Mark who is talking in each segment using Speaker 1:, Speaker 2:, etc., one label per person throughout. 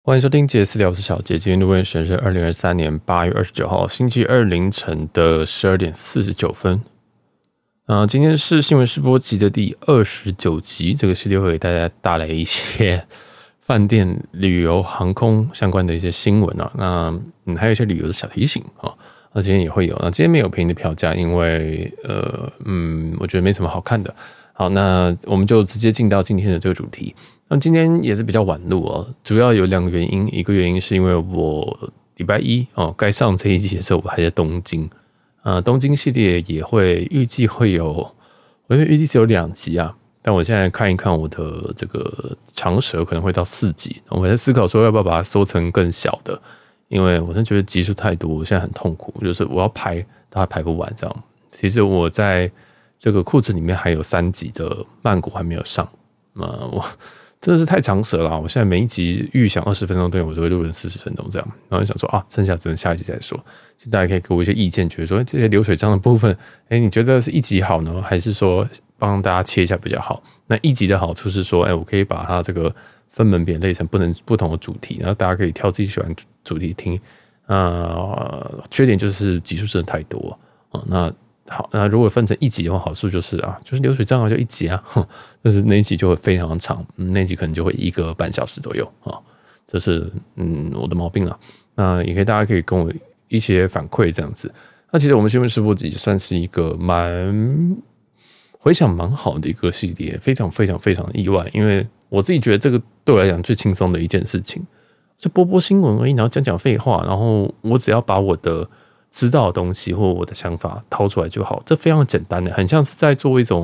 Speaker 1: 欢迎收听杰斯聊，我是小杰。今天录音时间是2023年8月29号星期二凌晨的12点49分。今天是新闻试播集的第29集，这个系列会给大家带来一些饭店、旅游、航空相关的一些新闻啊。那还有一些旅游的小提醒啊。那今天也会有。那今天没有便宜的票价，因为我觉得没什么好看的。好，那我们就直接进到今天的这个主题。那今天也是比较晚录哦，主要有两个原因，一个原因是因为我礼拜一该上这一集的时候，我还在东京，东京系列也会预计会有，我预计只有2集啊，但我现在看一看我的这个长舌可能会到4集，我在思考说要不要把它缩成更小的，因为我真的觉得集数太多，我现在很痛苦，就是我要拍，它还拍不完这样。其实我在这个库子里面还有3集的曼谷还没有上，我真的是太长舌了，我现在每一集预想20分钟，对我都会录成40分钟这样，然后想说剩下真的下一集再说，就大家可以给我一些意见，觉得说这些流水账的部分，你觉得是一集好呢，还是说帮大家切一下比较好？那一集的好处是说，我可以把它这个分门别类成不同的主题，然后大家可以挑自己喜欢的主题听。缺点就是集数真的太多那好，那如果分成1集的话，好处就是就是流水账就1集但是那一集就会非常长，那一集可能就会1个半小时左右这是我的毛病了。那大家可以跟我一些反馈这样子。那其实我们新闻试播集算是一个回响蛮好的一个系列，非常非常非常的意外，因为我自己觉得这个对我来讲最轻松的一件事情，就播新闻而已，然后讲废话，然后我只要把我的知道的东西或我的想法掏出来就好，这非常简单的，很像是在做一种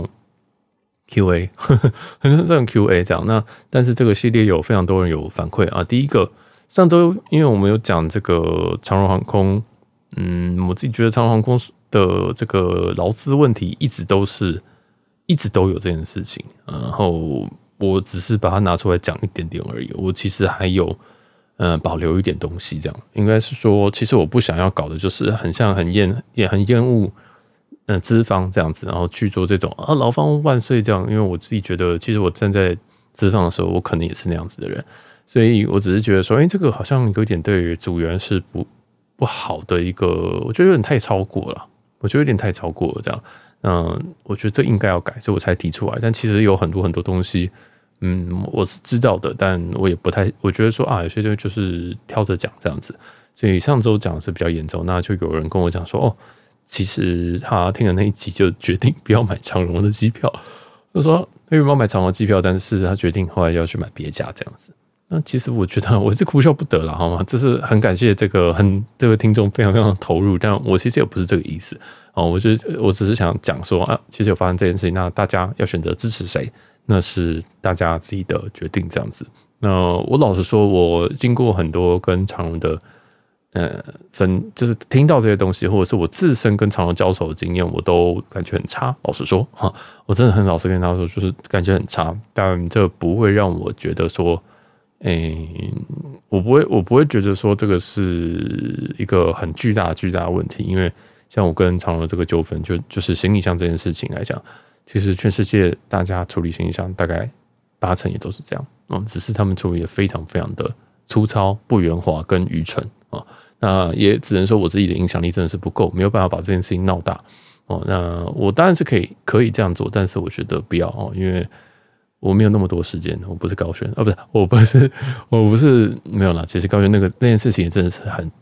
Speaker 1: QA， 很像这种 QA 这样。那但是这个系列有非常多人有反馈第一个，上周因为我们有讲这个长荣航空，我自己觉得长荣航空的这个劳资问题一直都有这件事情，然后我只是把它拿出来讲一点点而已，我其实还有保留一点东西，这样应该是说，其实我不想要搞的就是很厌恶资方这样子，然后去做这种劳方万岁这样，因为我自己觉得，其实我站在资方的时候，我可能也是那样子的人，所以我只是觉得说，这个好像有点对于组员是不好的一个，我觉得有点太超过了，这样，我觉得这应该要改，所以我才提出来。但其实有很多很多东西。我是知道的，但我也不太，我觉得说有些东西就是挑着讲这样子，所以上周讲的是比较严重，那就有人跟我讲说，其实他听了那一集就决定不要买长荣的机票，就说他原本要买长荣的机票，但是他决定后来要去买别家这样子。那其实我觉得我是哭笑不得了，好吗？这是很感谢这个听众非常非常投入，但我其实也不是这个意思我只是想讲说其实有发生这件事情，那大家要选择支持谁？那是大家自己的决定，这样子。那我老实说，我经过很多跟长荣的就是听到这些东西，或者是我自身跟长荣交手的经验，我都感觉很差。老实说，我真的很老实跟他说，就是感觉很差。但这不会让我觉得说，我不会觉得说这个是一个很巨大的问题，因为像我跟长荣的这个纠纷，就是行李箱这件事情来讲。其实全世界大家处理行李箱大概80%也都是这样，只是他们处理的非常非常的粗糙、不圆滑跟愚蠢那也只能说我自己的影响力真的是不够，没有办法把这件事情闹大那我当然是可以这样做，但是我觉得不要因为我没有那么多时间，我不是高轩不是，我不是没有啦。其实高轩那件事情也真的是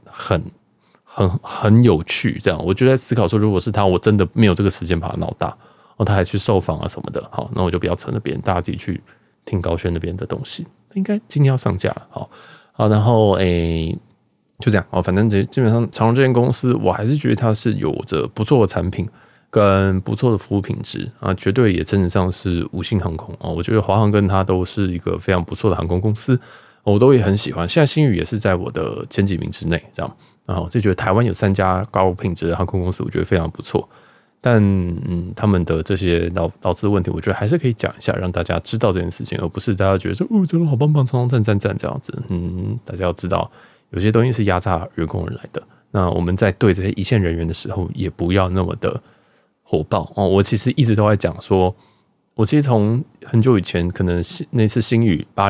Speaker 1: 很有趣，这样我就在思考说，如果是他，我真的没有这个时间把它闹大。他还去受访什么的，好，那我就不要扯那边，大家自己去听高轩那边的东西，应该今天要上架了，好，然后就这样反正基本上长荣这间公司，我还是觉得它是有着不错的产品跟不错的服务品质绝对也称得上是5星航空我觉得华航跟它都是一个非常不错的航空公司，我都也很喜欢。现在星宇也是在我的前几名之内，这样，然后我就觉得台湾有3家高品质的航空公司，我觉得非常不错。但他们的这些劳资问题，我觉得还是可以讲一下，让大家知道这件事情，而不是大家觉得说长荣好棒棒，长荣赞这样子。大家要知道，有些东西是压榨员工而来的。那我们在对这些一线人员的时候，也不要那么的火爆我其实一直都在讲说，我其实从很久以前，可能那次星宇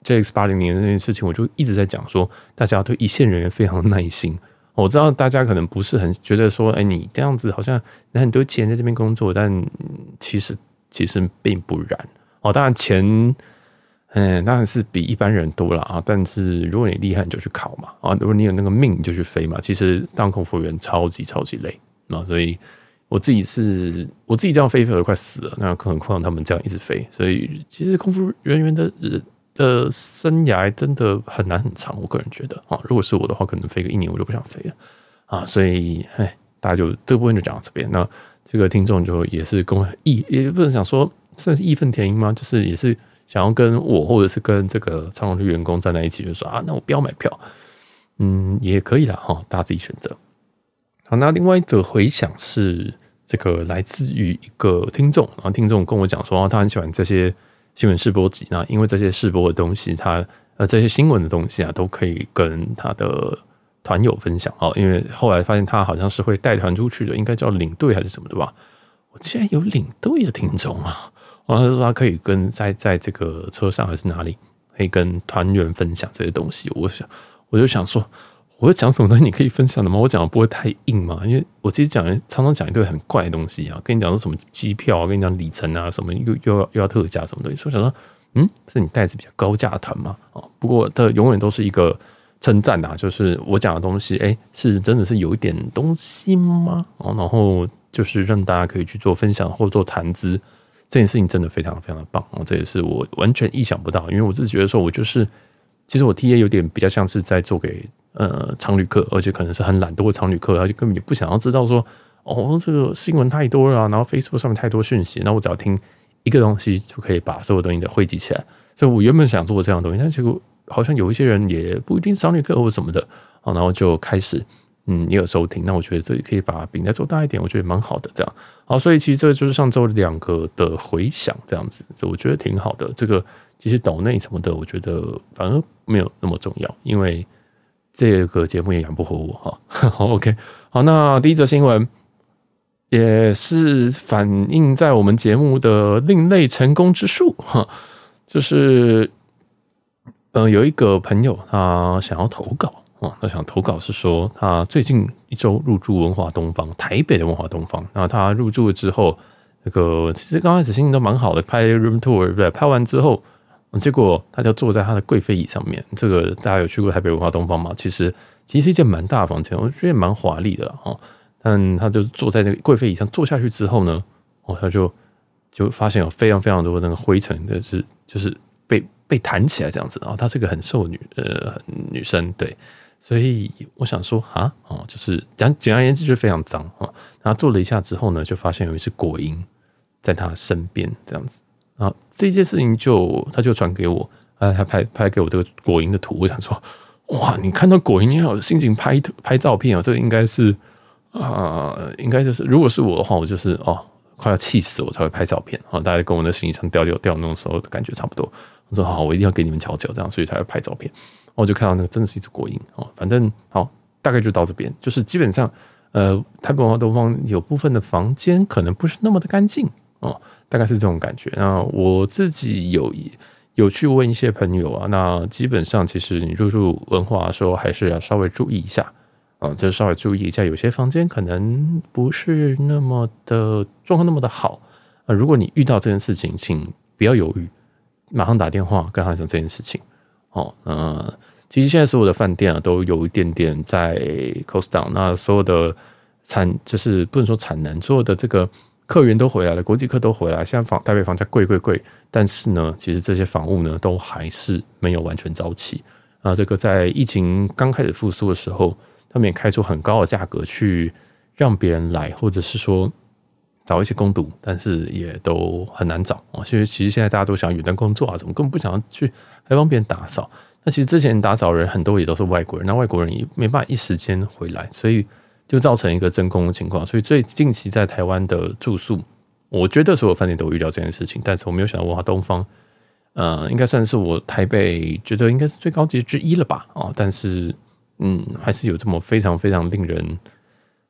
Speaker 1: JX80那件事情，我就一直在讲说，大家对一线人员非常耐心。我知道大家可能不是很觉得说，你这样子好像拿很多钱在这边工作，但其实并不然。当然钱，当然是比一般人多了啊。但是如果你厉害，你就去考嘛啊！如果你有那个命，你就去飞嘛。其实当空服员超级累啊，所以我自己这样飞都快死了，那何况他们这样一直飞。所以其实空服人员的生涯真的很难很长，我个人觉得啊，如果是我的话，可能飞个1年我就不想飞了啊。所以大家就这个部分就讲到这边。那这个听众就也是跟我也不能想说算是义愤填膺吗？就是也是想要跟我或者是跟这个长荣的员工站在一起，就说那我不要买票，也可以啦哈，大家自己选择。好，那另外一则回响是这个来自于一个听众，然后听众跟我讲说，他很喜欢这些新闻试播集，那因为这些试播的东西，这些新闻的东西都可以跟他的团友分享因为后来发现他好像是会带团出去的，应该叫领队还是什么的吧？我竟然有领队的听众啊！他说他可以跟在这个车上还是哪里，可以跟团员分享这些东西。我就想说，我会讲什么东西你可以分享的吗？我讲的不会太硬吗？因为我其实常常讲一堆很怪的东西啊，跟你讲说什么机票啊，跟你讲里程啊，什么又要特价什么东西，所以我想说，是你带的是比较高价的团吗？不过这永远都是一个称赞啊，就是我讲的东西，是真的是有一点东西吗？然后就是让大家可以去做分享或做谈资，这件事情真的非常非常的棒这也是我完全意想不到，因为我自己觉得说，其实我 TA 有点比较像是在做给常旅客，而且可能是很懒惰的常旅客，他就根本也不想要知道说，这个新闻太多了然后 Facebook 上面太多讯息，那我只要听一个东西就可以把所有东西的汇集起来。所以我原本想做这样的东西，但结果好像有一些人也不一定是常旅客或什么的然后就开始也有收听，那我觉得这里可以把饼再做大一点，我觉得蛮好的这样。好，所以其实这个就是上周2个的回响这样子，我觉得挺好的。这个其实抖内什么的，我觉得反而没有那么重要，因为这个节目也养不活我哈。好 ，OK， 好，那第一则新闻也是反映在我们节目的另类成功之术哈，就是有一个朋友他想要投稿。他想投稿是说，他最近1周入住文华东方，台北的文华东方。那他入住了之后，其实刚开始心情都蛮好的，拍 room tour， 对不对？拍完之后，结果他就坐在他的贵妃椅上面。这个大家有去过台北文华东方吗？其实是一间蛮大的房间，我觉得蛮华丽的啦但他就坐在那个贵妃椅上坐下去之后呢，他就发现有非常非常多的那个灰尘的就是被弹起来这样子她是个很瘦的女生，对。所以我想说就是简而言之就是非常脏然后坐了一下之后呢，就发现有一只果蝇在他身边这样子这件事情他就传给我他拍给我这个果蝇的图。我想说哇，你看到果蝇你要有心情拍照片这个应该是应该就是如果是我的话，我就是快要气死我才会拍照片大概跟我的行李箱掉那种时候的感觉差不多。我说好，我一定要给你们瞧瞧这样，所以才会拍照片。我就看到那个真的是一只果蝇反正好，大概就到这边。就是基本上台北文华东方有部分的房间可能不是那么的干净大概是这种感觉。那我自己有去问一些朋友那基本上其实你入住文华的时候还是要稍微注意一下就稍微注意一下，有些房间可能不是那么的状况那么的好如果你遇到这件事情，请不要犹豫，马上打电话跟他讲这件事情其实现在所有的饭店都有一点点在 cost down， 那所有的就是不能说产能，所有的这个客源都回来了，国际客都回来，现在台北房价贵，但是呢，其实这些房屋呢都还是没有完全招齐这个在疫情刚开始复苏的时候，他们也开出很高的价格去让别人来，或者是说找一些工读，但是也都很难找因为其实现在大家都想远端工作什么，根本不想要去还帮别人打扫。那其实之前打扫人很多也都是外国人，那外国人也没办法一时间回来，所以就造成一个真空的情况。所以最近期在台湾的住宿，我觉得所有饭店都有遇到这件事情，但是我没有想到文华东方应该算是我台北觉得应该是最高级之一了吧但是还是有这么非常非常令人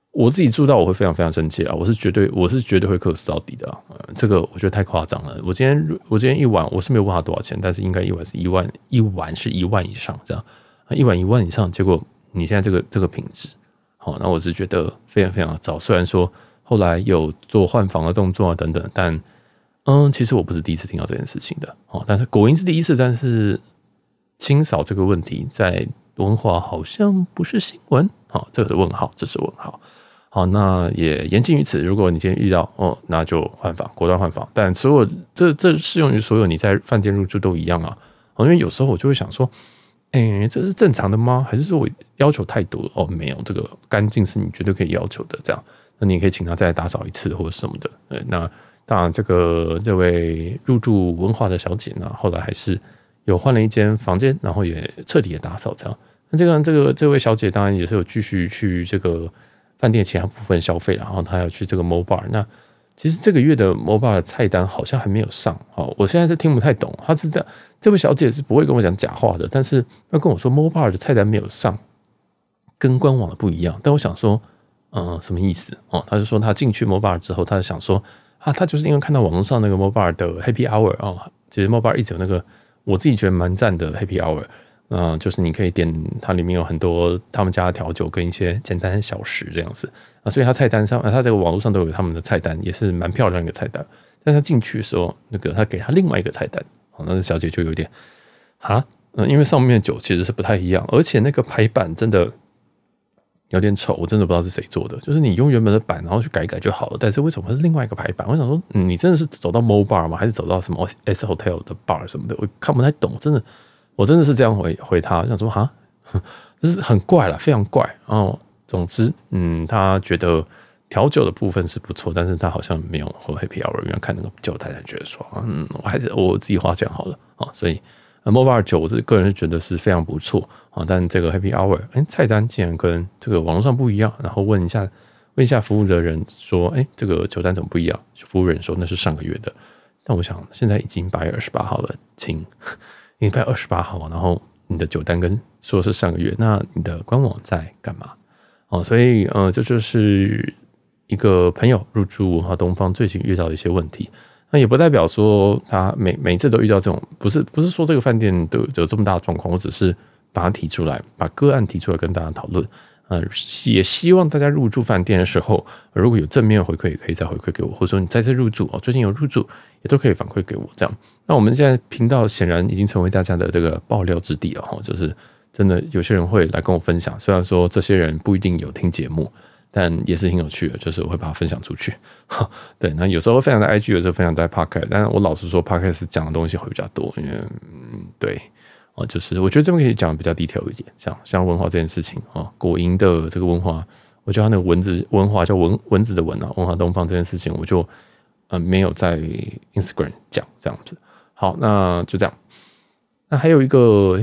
Speaker 1: 我自己住到我会非常非常生气啊！我是绝对会客诉到底的这个我觉得太夸张了。我今天一晚我是没有问他多少钱，但是应该一晚是1万，一晚是1万以上这样，一晚1万以上，结果你现在这个品质，好，那我是觉得非常非常糟。虽然说后来有做换房的动作啊等等，但其实我不是第一次听到这件事情的但是果因是第一次，但是清扫这个问题在文华好像不是新闻，这个的问号，这是问号。好，那也言尽于此。如果你今天遇到那就换房，果断换房。但所有这适用于所有你在饭店入住都一样啊。因为有时候我就会想说，这是正常的吗？还是说我要求太多了？没有，这个干净是你绝对可以要求的。这样，那你可以请他再来打扫一次或者什么的。那当然，这位入住文华的小姐呢，后来还是有换了一间房间，然后也彻底的打扫这样。那这位小姐当然也是有继续去这个饭店其他部分消费，然后她要去这个 Mobar。那其实这个月的 Mobar 的菜单好像还没有上，我现在是听不太懂。她是这位小姐是不会跟我讲假话的，但是她跟我说 Mobar 的菜单没有上，跟官网的不一样。但我想说，什么意思？她就说她进去 Mobar 之后，她就想说她就是因为看到网络上那个 Mobar 的 Happy Hour 其实 Mobar 一直有那个我自己觉得蛮赞的 Happy Hour。就是你可以点，它里面有很多他们家的调酒跟一些简单的小食这样子所以它菜单上，它这个网络上都有他们的菜单，也是蛮漂亮的一个菜单。但他进去的时候，他给他另外一个菜单，那小姐就有点因为上面的酒其实是不太一样，而且那个排版真的有点丑，我真的不知道是谁做的。就是你用原本的版，然后去改一改就好了，但是为什么是另外一个排版？我想说，你真的是走到 Mobar 吗？还是走到什么 S Hotel 的 bar 什么的？我看不太懂，我真的是这样回他，想说就是很怪啦，非常怪。总之，他觉得调酒的部分是不错，但是他好像没有喝 Happy Hour，因为看那个酒单才觉得说，我自己花钱好了所以Mobar 酒，我个人是觉得是非常不错但这个 Happy Hour，菜单竟然跟这个网络上不一样，然后问一下服务的人说，这个酒单怎么不一样？服务人说那是上个月的，但我想现在已经8月28号了，请。你8月28号，然后你的酒单跟说是上个月，那你的官网在干嘛？所以这就是一个朋友入住文华东方最近遇到的一些问题。那也不代表说他每次都遇到这种，不是说这个饭店都有这么大的状况，我只是把它提出来，把个案提出来跟大家讨论。也希望大家入住饭店的时候，如果有正面回馈，也可以再回馈给我，或者说你再次入住最近有入住，也都可以反馈给我。这样，那我们现在频道显然已经成为大家的这个爆料之地就是真的有些人会来跟我分享，虽然说这些人不一定有听节目，但也是挺有趣的，就是我会把它分享出去。对，那有时候会分享在 IG， 有时候分享在 Podcast， 但我老实说 Podcast 讲的东西会比较多，因为对。就是我觉得这边可以讲的比较 detail 一点，像文化这件事情果营的这个文化，我觉得它那个文化叫蚊子的蚊文化东方这件事情，我就没有在 Instagram 讲这样子。好，那就这样。那还有一个，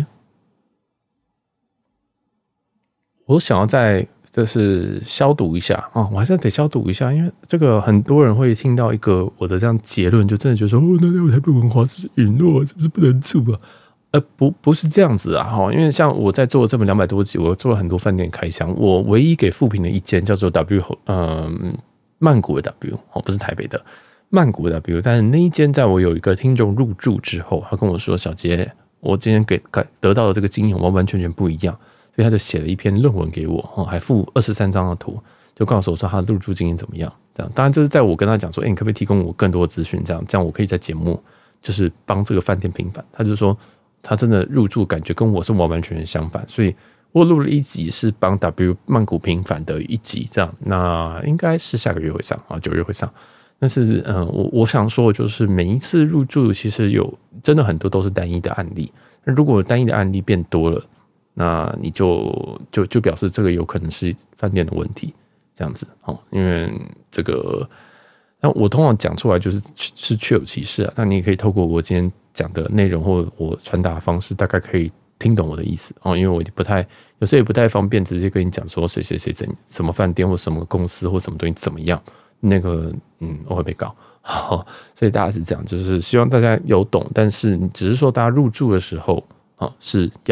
Speaker 1: 我想要就是消毒一下我还是得消毒一下，因为这个很多人会听到一个我的这样结论，就真的觉得说那台北文化是陨落，是不是不能住啊？不是这样子因为像我在做这么200多集，我做了很多饭店开箱，我唯一给负评的一间叫做 曼谷的 W 不是台北的曼谷的 W， 但是那一间在我有一个听众入住之后，他跟我说小杰，我今天得到的这个经验完完全全不一样，所以他就写了一篇论文给我还附23张的图，就告诉我说他的入住经验怎么样。这样，当然这是在我跟他讲说，你可不可以提供我更多的资讯，这样我可以在节目就是帮这个饭店平反。他就说他真的入住感觉跟我是完完全全相反，所以我录了一集是帮 W 曼谷平反的一集，这样那应该是下个月会上9月会上。但是我想说的就是每一次入住其实有真的很多都是单一的案例，那如果单一的案例变多了，那你就表示这个有可能是饭店的问题，这样子因为这个。那我通常讲出来是确有其事那你也可以透过我今天讲的内容或我传达的方式，大概可以听懂我的意思因为我有时候也不太方便直接跟你讲说谁什么饭店或什么公司或什么东西怎么样，那个我会被告所以大家是这样，就是希望大家有懂，但是只是说大家入住的时候是要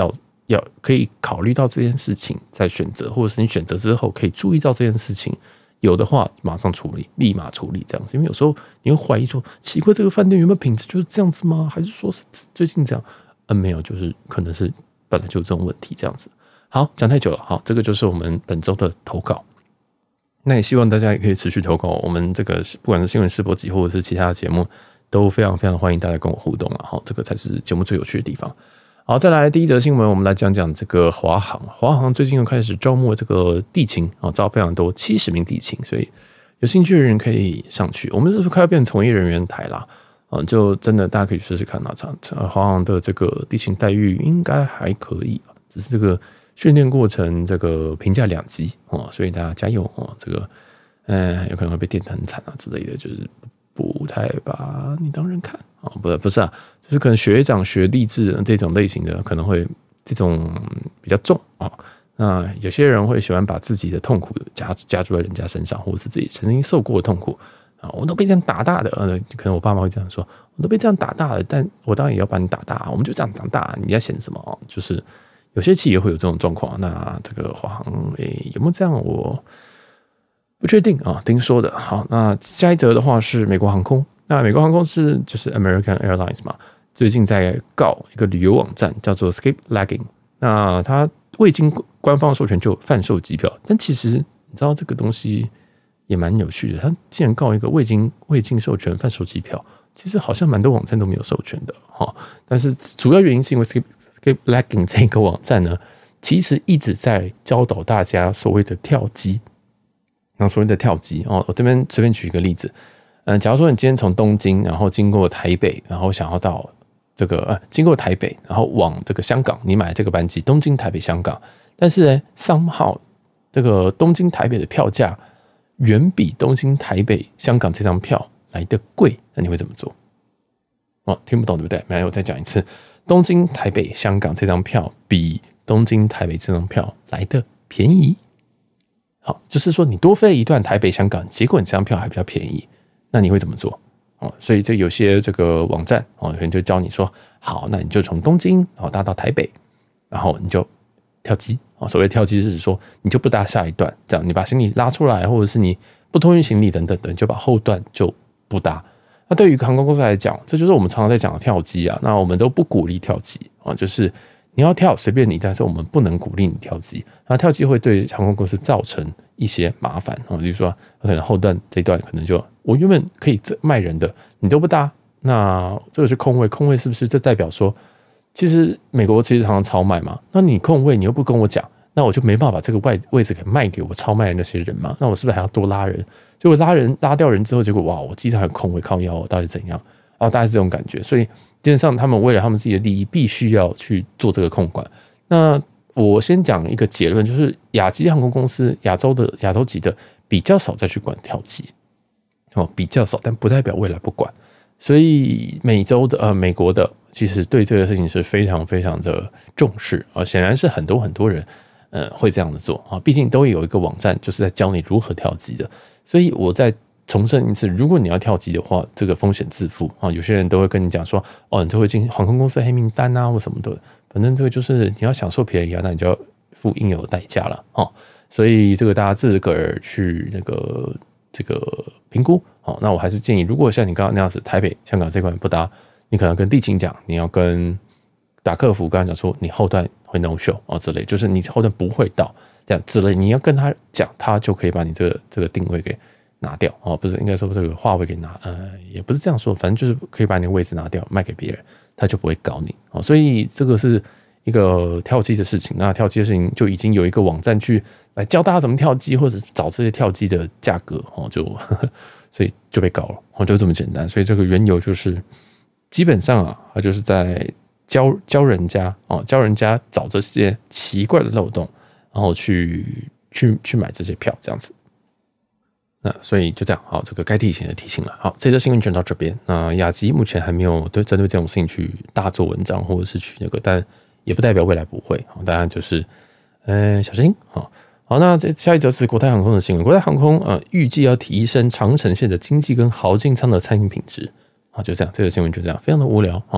Speaker 1: 要可以考虑到这件事情再选择，或者是你选择之后可以注意到这件事情，有的话马上处理，立马处理这样子。因为有时候你会怀疑说，奇怪，这个饭店有没有品质就是这样子吗？还是说是最近这样？没有，就是可能是本来就有这种问题这样子。好，讲太久了，好，这个就是我们本周的投稿。那也希望大家也可以持续投稿，我们这个不管是新闻试播集或者是其他的节目，都非常非常欢迎大家跟我互动了。好，这个才是节目最有趣的地方。好，再来第一则新闻，我们来讲讲这个华航。华航最近又开始招募这个地勤，招非常多70名地勤，所以有兴趣的人可以上去。我们是快要变成从业人员台啦，就真的大家可以试试看华航的这个地勤待遇应该还可以，只是这个训练过程这个评价2级所以大家加油这个有可能会被电得很惨之类的，就是不太把你当人看不是就是可能学长学弟制这种类型的可能会这种比较重那有些人会喜欢把自己的痛苦加注在人家身上，或者是自己曾经受过的痛苦我都被这样打大的可能我爸妈会这样说，我都被这样打大了，但我当然也要把你打大，我们就这样长大，你在嫌什么就是有些企业会有这种状况。那这个华航有没有这样我不确定听说的。好，那下一则的话是美国航空。那美国航空就是 American Airlines 嘛，最近在告一个旅游网站叫做 Skip-Lagging。那它未经官方授权就贩售机票，但其实你知道这个东西也蛮有趣的。它竟然告一个未经授权贩售机票，其实好像蛮多网站都没有授权的但是主要原因是因为 Skip-Lagging 这个网站呢，其实一直在教导大家所谓的跳机。那所谓的跳机我这边随便举一个例子，假如说你今天从东京，然后经过台北，然后想要到这个经过台北，然后往这个香港，你买这个班机东京台北香港，但是呢somehow这个东京台北的票价远比东京台北香港这张票来得贵，那你会怎么做？听不懂对不对？没有，我再讲一次，东京台北香港这张票比东京台北这张票来得便宜。好，就是说你多飞一段台北香港，结果你这张票还比较便宜，那你会怎么做？所以这有些这个网站可能就教你说，好，那你就从东京搭到台北，然后你就跳机。所谓跳机是指说你就不搭下一段，这样你把行李拉出来，或者是你不托运行李等等的，你就把后段就不搭。那对于航空公司来讲，这就是我们常常在讲的跳机那我们都不鼓励跳机就是你要跳随便你，但是我们不能鼓励你跳机。那跳机会对航空公司造成一些麻烦比如说可能后段这一段可能就我原本可以卖人的，你都不搭，那这个是空位，空位是不是就代表说，其实美国其实常常超卖嘛？那你空位你又不跟我讲，那我就没办法把这个位置给卖给我超卖的那些人嘛？那我是不是还要多拉人？结果拉掉人之后，结果哇，我机场还有空位靠腰，到底怎样？大概是这种感觉。所以基本上他们为了他们自己的利益，必须要去做这个控管。那我先讲一个结论，就是亚籍航空公司亚洲籍的比较少再去管跳机比较少，但不代表未来不管。所以美国的其实对这个事情是非常非常的重视显然是很多人会这样子做毕竟都有一个网站就是在教你如何跳机的。所以我再重申一次，如果你要跳机的话，这个风险自负有些人都会跟你讲说你这会进航空公司黑名单或什么的，反正这个就是你要享受便宜那你就要付应有的代价了所以这个大家自个儿去这个评估那我还是建议，如果像你刚刚那样子台北香港这块不搭，你可能跟地勤讲，你要跟打客服跟他讲说你后段会 no show 之类，就是你后段不会到这样之类，你要跟他讲，他就可以把你这个定位给拿掉不是应该说这个话位给拿也不是这样说，反正就是可以把你的位置拿掉卖给别人，他就不会搞你所以这个是一个跳机的事情。那跳机的事情就已经有一个网站去来教大家怎么跳机，或者找这些跳机的价格所以就被搞了就这么简单。所以这个缘由就是基本上他就是在教人家找这些奇怪的漏洞，然后去买这些票这样子。那所以就这样这个该提醒的提醒了。好，这则新闻就到这边。那亚籍目前还没有针对这种事情去大做文章，或者是去但也不代表未来不会当然就是小心好，那下一则是国泰航空的新闻。国泰航空预计要提升长程线的经济跟豪进舱的餐饮品质就这样，这个新闻就这样，非常的无聊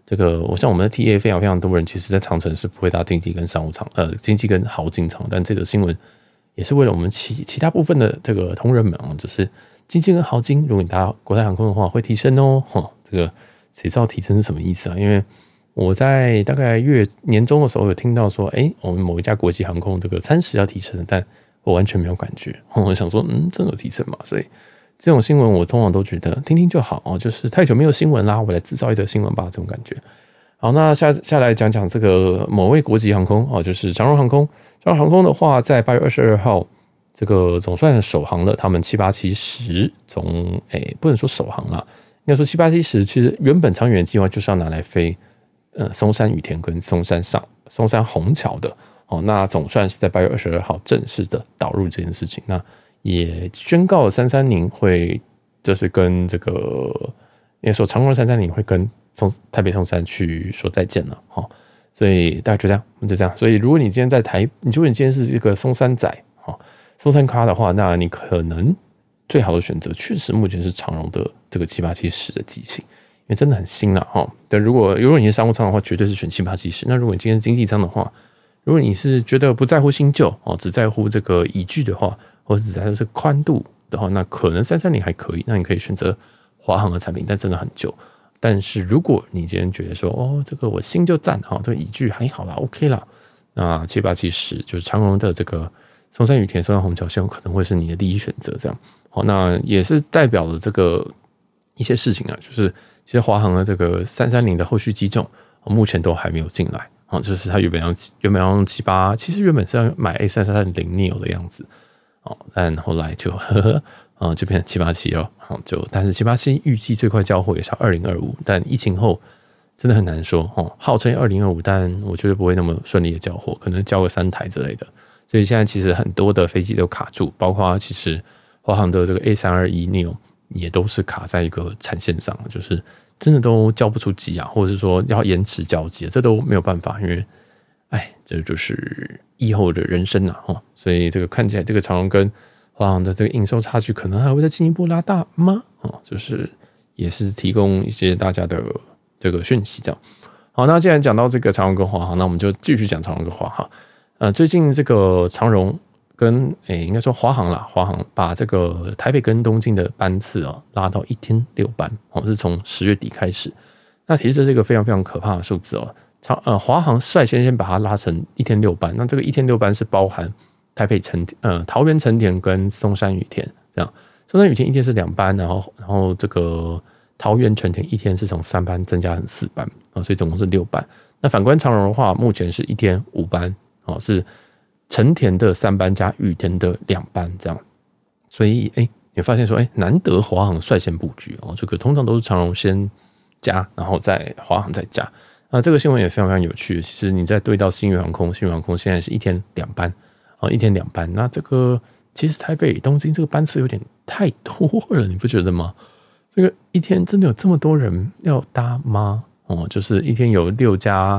Speaker 1: 这个我像我们的 TA 非常非常多人，其实在长程是不会搭经济跟商务舱，经济跟豪金舱，但这则新闻也是为了我们其他部分的这个同仁们啊，就是经济跟豪金，如果你搭国泰航空的话，会提升哦。这个谁知道提升是什么意思啊？因为我在大概年中的时候有听到说，我们某一家国际航空这个餐食要提升，但我完全没有感觉。我想说，真的有提升嘛？所以这种新闻我通常都觉得听听就好哦，就是太久没有新闻啦，我来制造一则新闻吧，这种感觉。好，那下来讲讲这个某位国际航空哦，就是长荣航空。长荣航空的话，在8月22号，这个总算首航了他们787-10，不能说首航啦，应该说787-10，其实原本长远的计划就是要拿来飞松山羽田跟松山虹桥的。那总算是在8月22号正式的导入这件事情，那也宣告了330会就是跟这个应该说长荣330会跟台北松山去说再见了。所以大概就这样。所以如果你今天如果你今天是一个松山仔松山咖的话，那你可能最好的选择确实目前是长荣的这个787-10的机型，因为真的很新啦。但如果你是商务舱的话，绝对是选787-10。那如果你今天是经济舱的话，如果你是觉得不在乎新旧只在乎这个椅具的话，或者只在乎这个宽度的话，那可能330还可以，那你可以选择华航的产品，但真的很旧。但是如果你今天觉得说这个我新就赞这个椅具还好啦 OK 啦，那787-10就是长荣的这个松山羽田、松山虹桥线可能会是你的第一选择。这样那也是代表了这个一些事情啊，就是其实华航的这个330的后续机种目前都还没有进来。就是他原本要用78，其实原本是要买 A330neo 的样子但后来就就变成787了。但是787预计最快交货也是要2025，但疫情后真的很难说号称2025，但我觉得不会那么顺利的交货，可能交个3台之类的。所以现在其实很多的飞机都卡住，包括其实华航的这个 A321neo 也都是卡在一个产线上，就是真的都交不出机啊，或者是说要延迟交机，这都没有办法，因为这就是疫后的人生啊。所以这个看起来这个长荣跟华航的这个营收差距可能还会再进一步拉大吗？就是也是提供一些大家的这个讯息这样。好，那既然讲到这个长荣跟华航，那我们就继续讲长荣跟华航。最近这个长荣跟应该说华航啦，华航把这个台北跟东京的班次拉到1天6班是从10月底开始。那其实这是一个非常非常可怕的数字华航率先把它拉成1天6班，那这个1天6班是包含台北桃园成田跟松山羽田这样。松山羽田1天是2班，然后这个桃园成田1天是从3班增加成4班所以总共是6班。那反观长荣的话，目前是1天5班是成田的3班加羽田的2班这样。所以你发现说难得华航率先布局这个通常都是长荣先加，然后再华航再加。那这个新闻也非常非常有趣，其实你再对到新宇航空现在是1天2班1天2班。那这个其实台北东京这个班次有点太多了，你不觉得吗？这个1天真的有这么多人要搭吗？就是1天有6加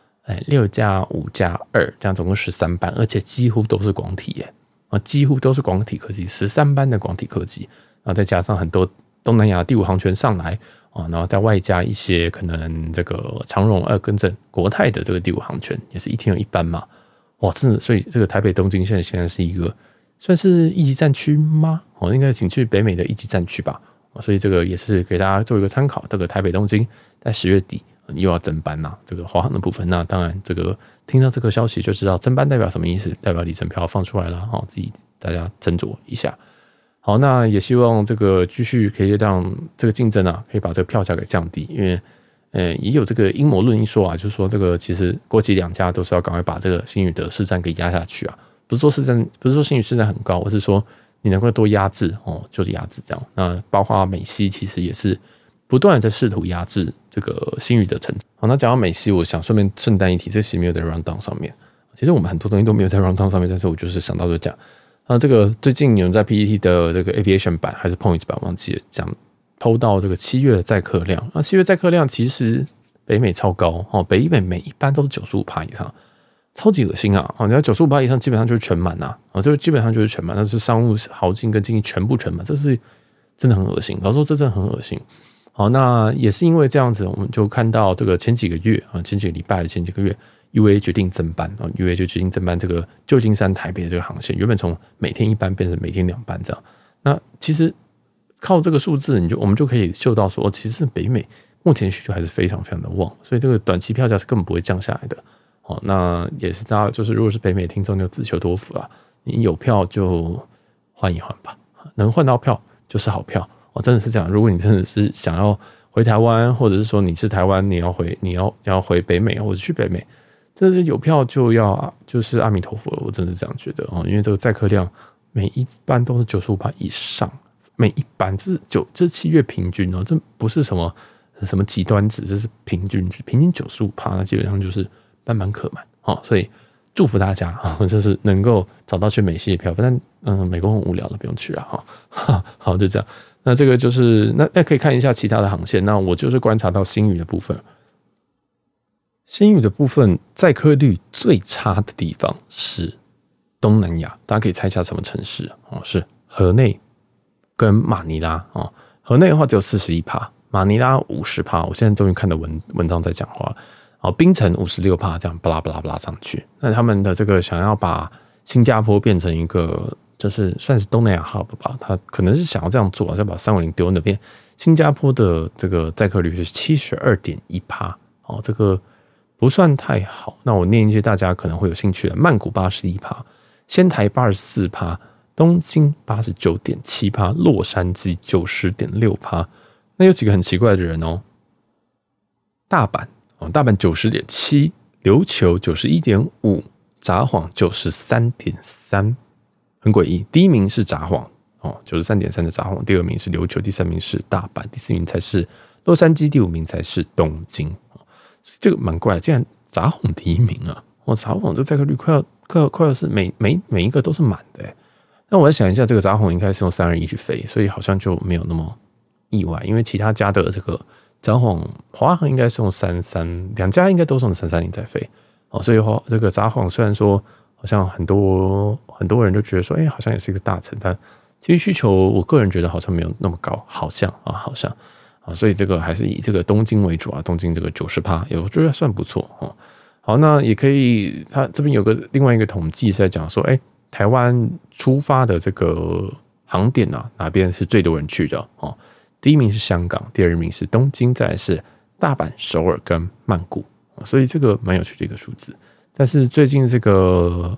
Speaker 1: 5加2，这样总共13班，而且几乎都是广体几乎都是广体客机，13班的广体客机，然后再加上很多东南亚第5航权上来然后再外加一些可能这个长荣跟着国泰的这个第5航权，也是1天有1班嘛。哇，真的，所以这个台北东京现在是一个算是一级战区吗？应该请去北美的一级战区吧。所以这个也是给大家做一个参考。这个台北东京在10月底又要增班这个华航的部分。那当然，这个听到这个消息就知道增班代表什么意思，代表里程票放出来了自己大家斟酌一下。好，那也希望这个继续可以让这个竞争可以把这个票价给降低，因为也有这个阴谋论一说就是说这个其实国际2家都是要赶快把这个星宇的市占给压下去不是说星宇市占很高，而是说你能够多压制就是压制这样。那包括美西其实也是不断的在试图压制这个星宇的成长。好，那讲到美西，我想顺带一提，这其实没有在 rundown 上面。其实我们很多东西都没有在 rundown 上面，但是我就是想到就讲这个最近有人在 PTT 的这个 Aviation 版还是 Points 版忘记了讲偷到这个7月的载客量。那7月载客量其实北美超高北美每一班都是 95% 以上，超级恶心你要 95% 以上基本上就是全满就基本上就是全满，那是商务豪金跟经济全部全满，这是真的很恶心。老实说这真的很恶心好，那也是因为这样子，我们就看到这个前几个月啊，前几个礼拜的前几个月，UA 决定增班啊，UA 就决定增班这个旧金山台北的这个航线，原本从每天1班变成每天2班这样。那其实靠这个数字，我们就可以嗅到说，其实北美目前需求还是非常非常的旺，所以这个短期票价是根本不会降下来的。哦，那也是大家就是如果是北美听众就自求多福啦，你有票就换一换吧，能换到票就是好票。哦，真的是这样。如果你真的是想要回台湾，或者是说你是台湾，你要回北美或者去北美，真的是有票就是阿弥陀佛了。我真的是这样觉得哦，因为这个载客量每一班都是95%以上，每一班这是7月平均哦，这不是什么极端值，这是平均值，平均95%，那基本上就是班满客满哦，所以祝福大家啊，就是能够找到去美西的票，但美国很无聊的，不用去了哈。好，就这样。那这个就是那可以看一下其他的航线。那我就是观察到星宇的部分，星宇的部分载客率最差的地方是东南亚，大家可以猜一下什么城市哦？是河内跟马尼拉哦。河内的话只有41%，马尼拉50%。我现在终于看到文章在讲话。哦，槟城56%，这样巴拉巴拉巴拉上去。那他们的这个想要把新加坡变成一个就是算是东南亚 hub 吧，他可能是想要这样做，就把350丢那边。新加坡的这个载客率是72.1%，哦，这个不算太好。那我念一些大家可能会有兴趣的：曼谷81%，仙台84%，东京89.7%，洛杉矶90.6%。那有几个很奇怪的人哦，大阪90.7%，琉球91.5%，札幌93.3%，很诡异。第一名是札幌哦，93.3%的札幌，第二名是琉球，第三名是大阪，第四名才是洛杉矶，第五名才是东京。这个蛮怪的，竟然札幌第一名啊！札幌这载客率快要是每一个都是满的。那我在想一下，这个札幌应该是用321去飞，所以好像就没有那么意外，因为其他家的这个札幌华航应该是用33，两家应该都是用330在飞。所以这个札幌虽然说好像很多人就觉得说，好像也是一个大城，但其实需求我个人觉得好像没有那么高，好像，所以这个还是以这个东京为主啊，东京这个90%，我觉得算不错哦。好，那也可以，他这边有个另外一个统计是在讲说，台湾出发的这个航点啊，哪边是最多人去的哦？第一名是香港，第二名是东京，再来是大阪、首尔跟曼谷。所以这个蛮有趣的一个数字。但是最近这个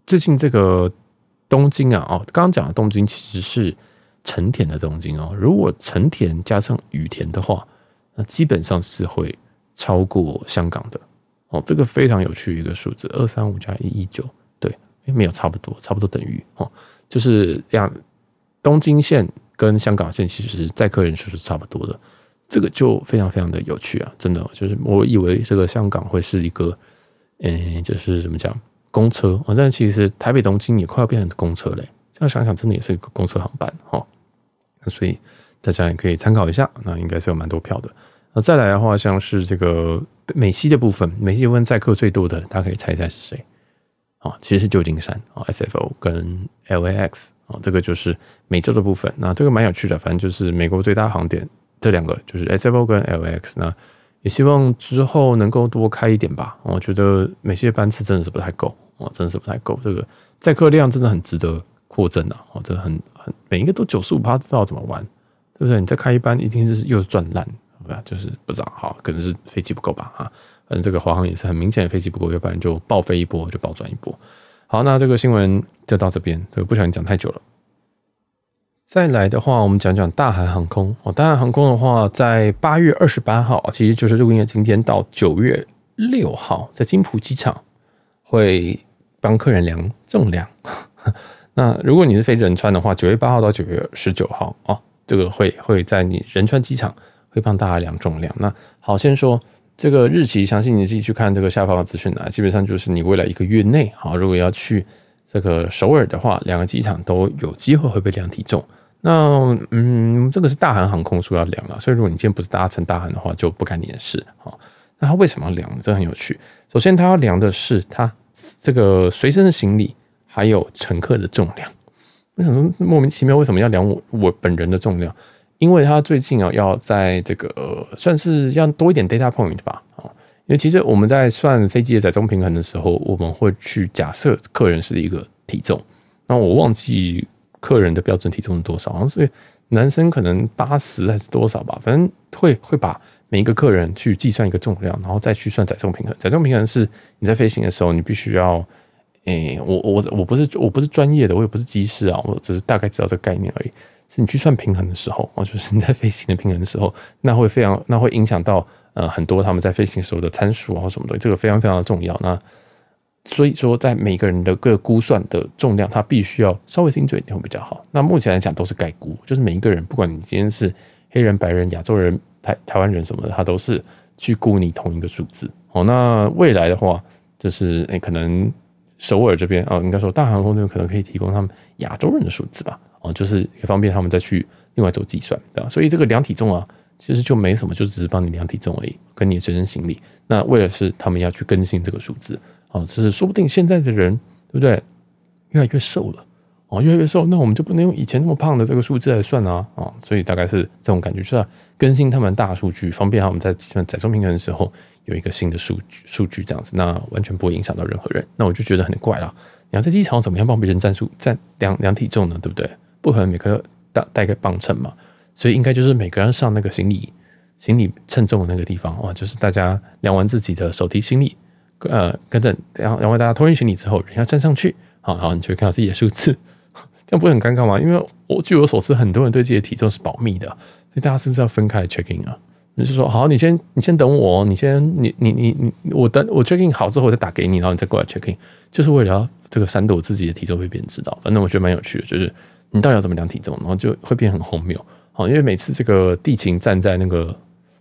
Speaker 1: 东京啊，刚刚讲的东京其实是成田的东京哦。如果成田加上羽田的话，那基本上是会超过香港的哦。这个非常有趣的一个数字，235加119，对，没有差不多等于哦，就是让东京线跟香港线其实载客人数是差不多的。这个就非常非常的有趣啊，真的就是我以为这个香港会是一个，就是怎么讲公车，但其实台北东京也快要变成公车嘞。这样想想，真的也是一个公车航班哈。那所以大家也可以参考一下，那应该是有蛮多票的。那再来的话，像是这个美西的部分，美西部分载客最多的，大家可以猜一猜是谁？其实是旧金山SFO 跟 LAX 这个就是美洲的部分。那这个蛮有趣的，反正就是美国最大航点。这两个就是 SFO 跟 LAX， 那也希望之后能够多开一点吧。我觉得美西的班次真的是不太够，真的是不太够。这个载客量真的很值得扩增啊！这很每一个都95%，不知道怎么玩，对不对？你再开一班，一定是又赚烂，就是不知道，好，可能是飞机不够吧，反正这个华航也是很明显的飞机不够，要不然就爆飞一波，就暴赚一波。好，那这个新闻就到这边，这个不小心讲太久了。再来的话，我们讲讲大韩航空。大韩航空的话，在8月28号，其实就是录音的今天到9月6号，在金浦机场会帮客人量重量。那如果你是飞仁川的话，9月8号到9月19号这个会在你仁川机场会帮大家量重量。那好，先说这个日期，相信你自己去看这个下方的资讯栏，基本上就是你未来1个月内，如果要去这个首尔的话，两个机场都有机会会被量体重。那这个是大韩航空说要量了，所以如果你今天不是搭乘大韩的话，就不干你的事。那他为什么要量呢？这很有趣。首先，他要量的是他这个随身的行李还有乘客的重量。我想说莫名其妙为什么要量我本人的重量？ 因为它最近要在这个算是要多一点 data point 吧，因为其实我们在算飞机的载重平衡的时候，我们会去假设客人是一个体重，那我忘记客人的标准体重是多少，好像是男生可能80还是多少吧，反正会把每一个客人去计算一个重量，然后再去算载重平衡。载重平衡是你在飞行的时候，你必须要，我不是专业的，我也不是机师啊，我只是大概知道这个概念而已。是你去算平衡的时候，就是你在飞行的平衡的时候，那会影响到很多他们在飞行时候的参数啊或什么东西，这个非常非常的重要。那所以说，在每个人的各估算的重量，它必须要稍微精准一点会比较好。那目前来讲都是概估，就是每一个人，不管你今天是黑人、白人、亚洲人、台湾人什么的，他都是去估你同一个数字。那未来的话，就是可能首尔这边应该说大航空这边可能可以提供他们亚洲人的数字吧，就是方便他们再去另外做计算，对吧？所以这个量体重其实就没什么，就只是帮你量体重而已，跟你的随身行李。那为了是他们要去更新这个数字。就是说不定现在的人对不对越来越瘦了越来越瘦，那我们就不能用以前那么胖的这个数字来算所以大概是这种感觉，就是要更新他们的大数据，方便他们在计算载重平衡的时候有一个新的数据这样子，那完全不会影响到任何人。那我就觉得很怪啦，你要在机场怎么样帮别人量体重呢？对不对？不可能每个带个磅秤嘛，所以应该就是每个人上那个行李称重的那个地方就是大家量完自己的手提行李。跟着然后大家托运行李之后，人要站上去，然后你就会看到自己的数字，这样不会很尴尬吗？因为据我所知，很多人对自己的体重是保密的，所以大家是不是要分开 check in 啊？你就说好，你先等我，我 check in 好之后我再打给你，然后你再过来 check in， 就是为了要这个闪躲自己的体重被别人知道。反正我觉得蛮有趣的，就是你到底要怎么量体重，然后就会变很荒谬。因为每次这个地勤站在那个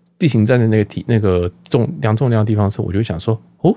Speaker 1: 量重量的地方的时候，我就会想说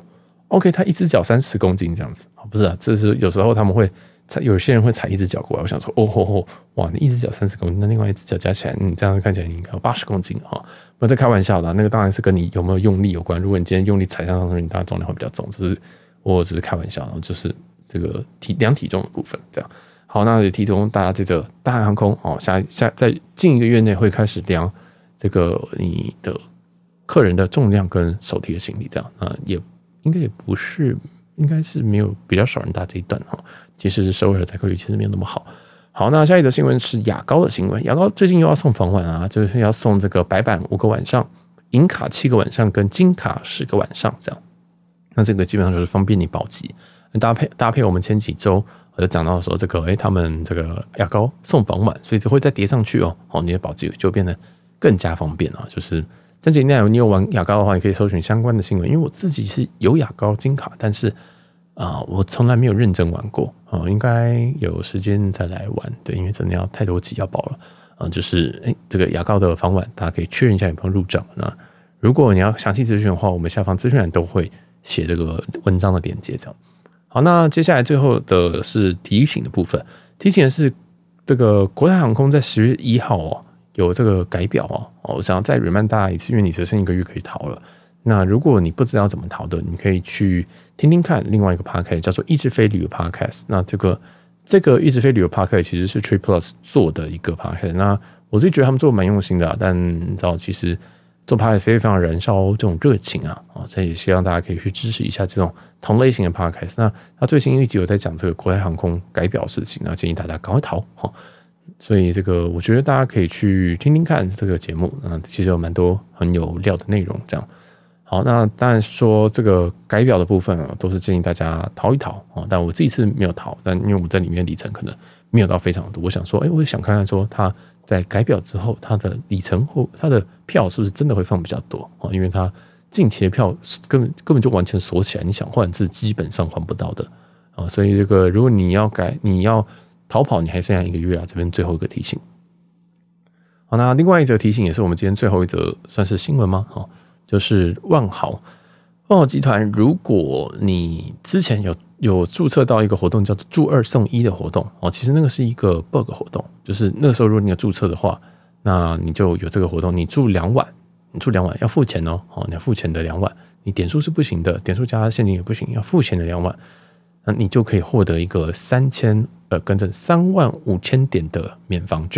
Speaker 1: OK， 他一只脚30公斤这样子，不是这是有时候他们会有些人会踩一只脚过来，我想说哇，你一只脚30公斤，那另外一只脚加起来，你这样看起来你应该有80公斤不在开玩笑的，那个当然是跟你有没有用力有关。如果你今天用力踩上去，你当然重量会比较重，我只是开玩笑，就是这个量体重的部分这样。好，那也提供大家这个大韩航空在近1个月内会开始量这个你的客人的重量跟手提的行李这样应该也不是，应该是没有比较少人打这一段其实首尔的载客率其实没有那么好。好，那下一则新闻是雅高的新闻。雅高最近又要送房晚就是要送这个白板5个晚上、银卡7个晚上跟金卡10个晚上这样。那这个基本上就是方便你保级，搭配我们前几周我就讲到说这个他们这个雅高送房晚，所以只会再叠上去你的保级就变得更加方便就是这几年你有玩雅高的话，你可以搜寻相关的新闻。因为我自己是有雅高金卡，但是我从来没有认真玩过应该有时间再来玩。对，因为真的要太多集要保了就是这个雅高的房晚，大家可以确认一下有没有入账。那如果你要详细资讯的话，我们下方资讯栏都会写这个文章的连接这样。好，那接下来最后的是提醒的部分。提醒的是这个国泰航空在10月1号有这个改表我想要再 remind 大家一次，因为你只剩1个月可以逃了。那如果你不知道怎么逃的，你可以去听听看另外一个 podcast 叫做一直飞旅游 podcast。那这个一直飞旅游 podcast 其实是 Trip Plus 做的一个 podcast。那我自己觉得他们做的蛮用心的但你知道其实做 podcast 非常燃烧这种热情所以也希望大家可以去支持一下这种同类型的 podcast。那他最新一集有在讲这个国泰航空改表的事情，那建议大家赶快逃所以这个我觉得大家可以去听听看这个节目其实有蛮多很有料的内容这样。好，那当然说这个改表的部分都是建议大家逃一逃但我自己是没有逃，但因为我在里面里程可能没有到非常多，我想说我也想看看说他在改表之后他的里程或他的票是不是真的会放比较多因为他近期的票根本就完全锁起来，你想换是基本上换不到的所以这个如果你要逃跑，你还剩下1个月这边最后一个提醒。好，那另外一则提醒也是我们今天最后一则算是新闻吗就是万豪集团，如果你之前有注册到一个活动叫做住2送1的活动其实那个是一个 bug 活动，就是那个时候如果你有注册的话，那你就有这个活动，你住2晚要付钱你要付钱的2晚，你点数是不行的，点数加现金也不行，要付钱的2晚，那你就可以获得一个3万5千点的免房券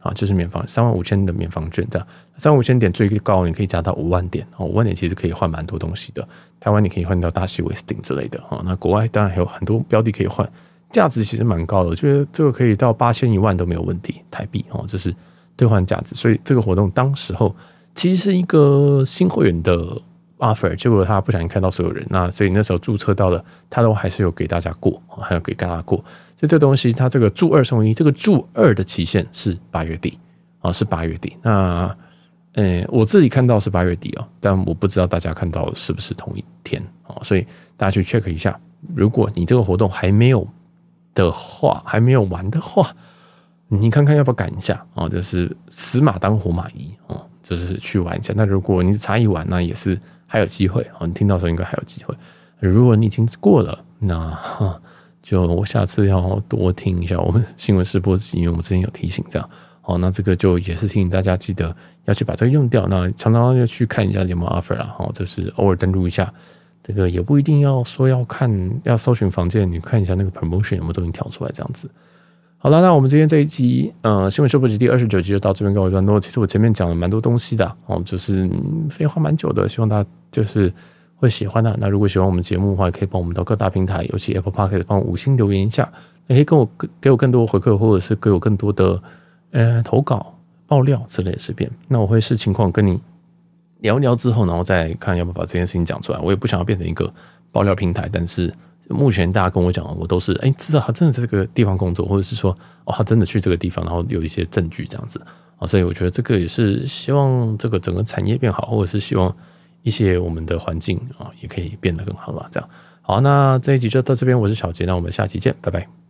Speaker 1: 啊，就是35000的免房券这样，35000点最高你可以加到5万点哦，5万点其实可以换蛮多东西的。台湾你可以换到大西威斯汀之类的哦，那国外当然还有很多标的可以换，价值其实蛮高的，我觉得这个可以到8000、1万都没有问题台币哦，这是兑换价值。所以这个活动当时候其实是一个新会员的 offer， 结果他不小心看到所有人，那所以那时候注册到了，他都还是有给大家过，还有给大家过。所以这东西它这个注2送1，这个注2的期限是8月底啊，是8月底。那我自己看到是8月底哦，但我不知道大家看到是不是同一天哦，所以大家去 check 一下。如果你这个活动还没有完的话，你看看要不要赶一下哦，就是死马当活马医哦，就是去玩一下。那如果你差一晚，那也是还有机会哦，你听到的时候应该还有机会。如果你已经过了，那就我下次要多听一下我们新闻试播集，因为我们之前有提醒这样。好，那这个就也是提醒大家记得要去把这个用掉。那常常要去看一下有没有 offer 啦，就是偶尔登录一下。这个也不一定要说要搜寻房间，你看一下那个 promotion 有没有东西跳出来这样子。好了，那我们今天这一集新闻试播集第29集就到这边告一段落。其实我前面讲了蛮多东西的就是废话蛮久的，希望大家就是会喜欢的。那如果喜欢我们节目的话，也可以帮我们到各大平台，尤其 Apple Podcast 帮我5星留言一下，也可以给我更多回馈，或者是给我更多的投稿、爆料之类的随便。那我会视情况跟你聊一聊之后，然后再看要不要把这件事情讲出来。我也不想要变成一个爆料平台，但是目前大家跟我讲，我都是知道他真的在这个地方工作，或者是说他真的去这个地方，然后有一些证据这样子所以我觉得这个也是希望这个整个产业变好，或者是希望一些我们的环境也可以变得更好吧。这样好，那这一集就到这边，我是小杰，那我们下期见，拜拜。